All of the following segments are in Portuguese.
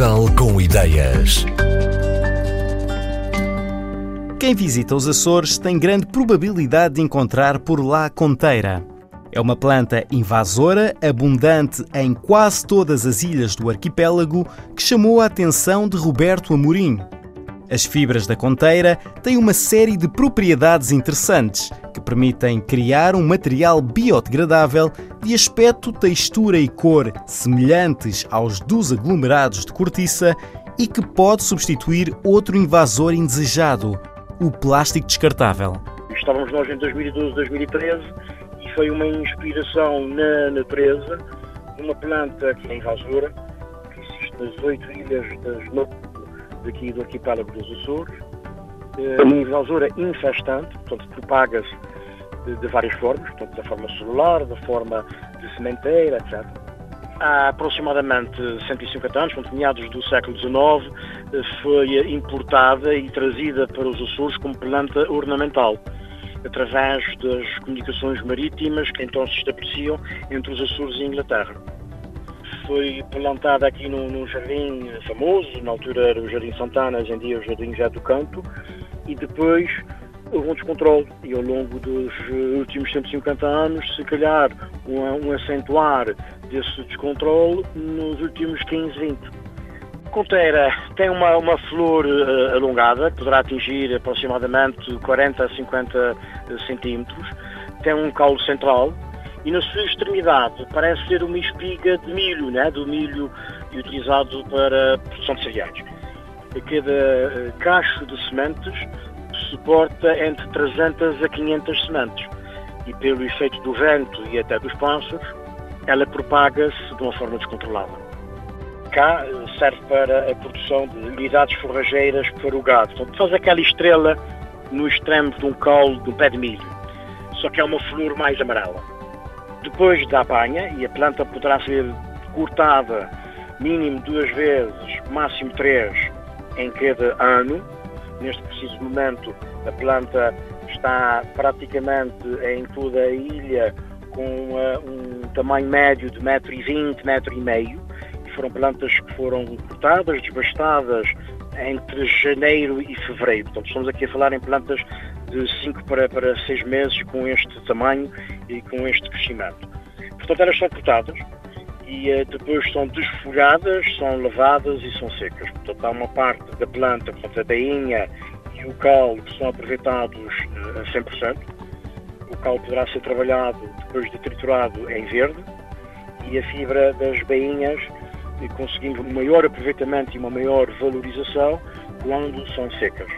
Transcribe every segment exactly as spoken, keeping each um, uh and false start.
Portugal com ideias. Quem visita os Açores tem grande probabilidade de encontrar por lá a conteira. É uma planta invasora, abundante em quase todas as ilhas do arquipélago, que chamou a atenção de Roberto Amorim. As fibras da conteira têm uma série de propriedades interessantes que permitem criar um material biodegradável de aspecto, textura e cor semelhantes aos dos aglomerados de cortiça e que pode substituir outro invasor indesejado, o plástico descartável. Estávamos nós em dois mil e doze, dois mil e treze e foi uma inspiração na natureza, uma planta que é invasora, que existe nas oito ilhas das nove daqui do arquipélago dos Açores, uma invasora infestante, portanto propaga-se de, de várias formas, portanto da forma celular, da forma de sementeira, etcétera. Há aproximadamente cento e cinquenta anos, portanto, meados do século dezenove, foi importada e trazida para os Açores como planta ornamental, através das comunicações marítimas que então se estabeleciam entre os Açores e a Inglaterra. Foi plantada aqui num, num jardim famoso, na altura era o Jardim Santana, hoje em dia é o Jardim José do Canto, e depois houve um descontrole, e ao longo dos últimos cento e cinquenta anos, se calhar um, um acentuar desse descontrole nos últimos quinze, vinte. A conteira tem uma, uma flor uh, alongada, que poderá atingir aproximadamente quarenta a cinquenta centímetros, tem um caule central, e na sua extremidade parece ser uma espiga de milho, né? Do milho utilizado para a produção de cereais. Cada cacho de sementes suporta entre trezentas a quinhentas sementes e pelo efeito do vento e até dos pássaros, ela propaga-se de uma forma descontrolada. Cá serve para a produção de unidades forrageiras para o gado. Então faz aquela estrela no extremo de um caule de um pé de milho, só que é uma flor mais amarela. Depois da apanha, e a planta poderá ser cortada mínimo duas vezes, máximo três, em cada ano. Neste preciso momento, a planta está praticamente em toda a ilha com uh, um tamanho médio de um metro e vinte, um metro e meio. E foram plantas que foram cortadas, desbastadas entre janeiro e fevereiro. Portanto, estamos aqui a falar em plantas de cinco para, para seis meses com este tamanho e com este crescimento. Portanto, elas são cortadas e uh, depois são desfolhadas, são lavadas e são secas. Portanto, há uma parte da planta, portanto, a bainha e o caule, que são aproveitados uh, a cem por cento. O caule poderá ser trabalhado depois de triturado em verde e a fibra das bainhas uh, conseguimos um maior aproveitamento e uma maior valorização quando são secas.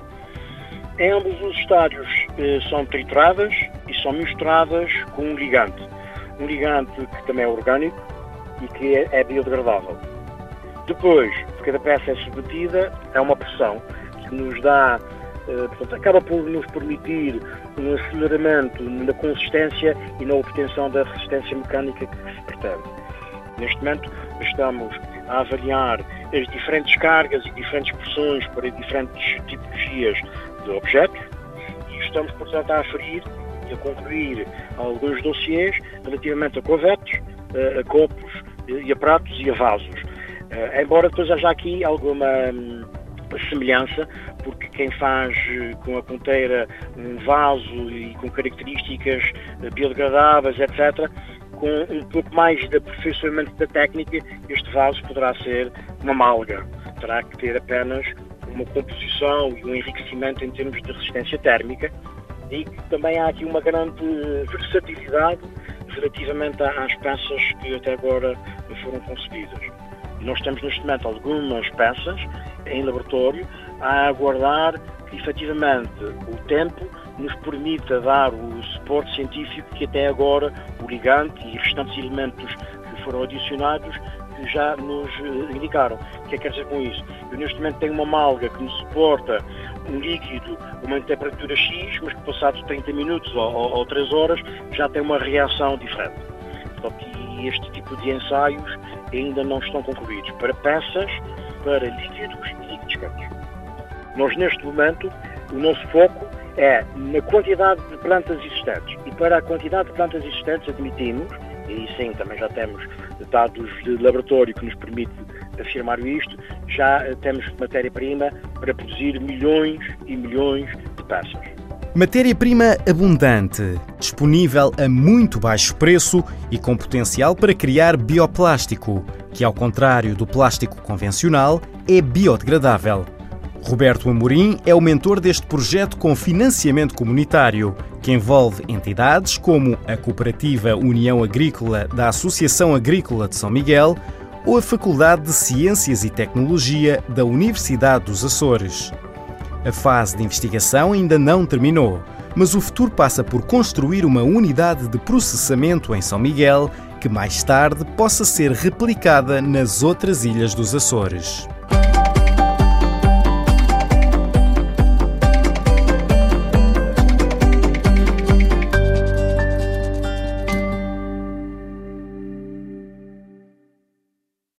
Em ambos os estádios uh, são trituradas e são misturadas com um ligante. Um ligante que também é orgânico e que é, é biodegradável. Depois, cada peça é submetida a uma pressão que nos dá, uh, portanto, acaba por nos permitir um aceleramento na consistência e na obtenção da resistência mecânica que se pretende. Neste momento, estamos a avaliar as diferentes cargas e diferentes pressões para diferentes tipologias de objetos e estamos, portanto, a aferir e a concluir alguns dossiês relativamente a covetes, a copos e a pratos e a vasos. Embora depois haja aqui alguma hum, semelhança, porque quem faz com a conteira um vaso e com características biodegradáveis, etcétera, com um pouco mais de aperfeiçoamento da técnica, este vaso poderá ser uma malga. Terá que ter apenas uma composição e um enriquecimento em termos de resistência térmica, e que também há aqui uma grande versatilidade relativamente às peças que até agora foram concebidas. Nós temos neste momento algumas peças em laboratório a aguardar que efetivamente o tempo nos permita dar o suporte científico que até agora o ligante e restantes elementos que foram adicionados que já nos indicaram. O que é que quer dizer com isso? Eu neste momento tenho uma malga que me suporta um líquido a uma temperatura X, mas que passados trinta minutos ou, ou, ou três horas já tem uma reação diferente. Portanto, e este tipo de ensaios ainda não estão concluídos para peças, para líquidos e líquidos quentes. Nós neste momento, o nosso foco é na quantidade de plantas existentes e para a quantidade de plantas existentes admitimos, e aí sim também já temos dados de laboratório que nos permite afirmar isto, já temos matéria-prima para produzir milhões e milhões de peças. Matéria-prima abundante, disponível a muito baixo preço e com potencial para criar bioplástico, que, ao contrário do plástico convencional, é biodegradável. Roberto Amorim é o mentor deste projeto com financiamento comunitário, que envolve entidades como a Cooperativa União Agrícola da Associação Agrícola de São Miguel ou a Faculdade de Ciências e Tecnologia da Universidade dos Açores. A fase de investigação ainda não terminou, mas o futuro passa por construir uma unidade de processamento em São Miguel que mais tarde possa ser replicada nas outras ilhas dos Açores.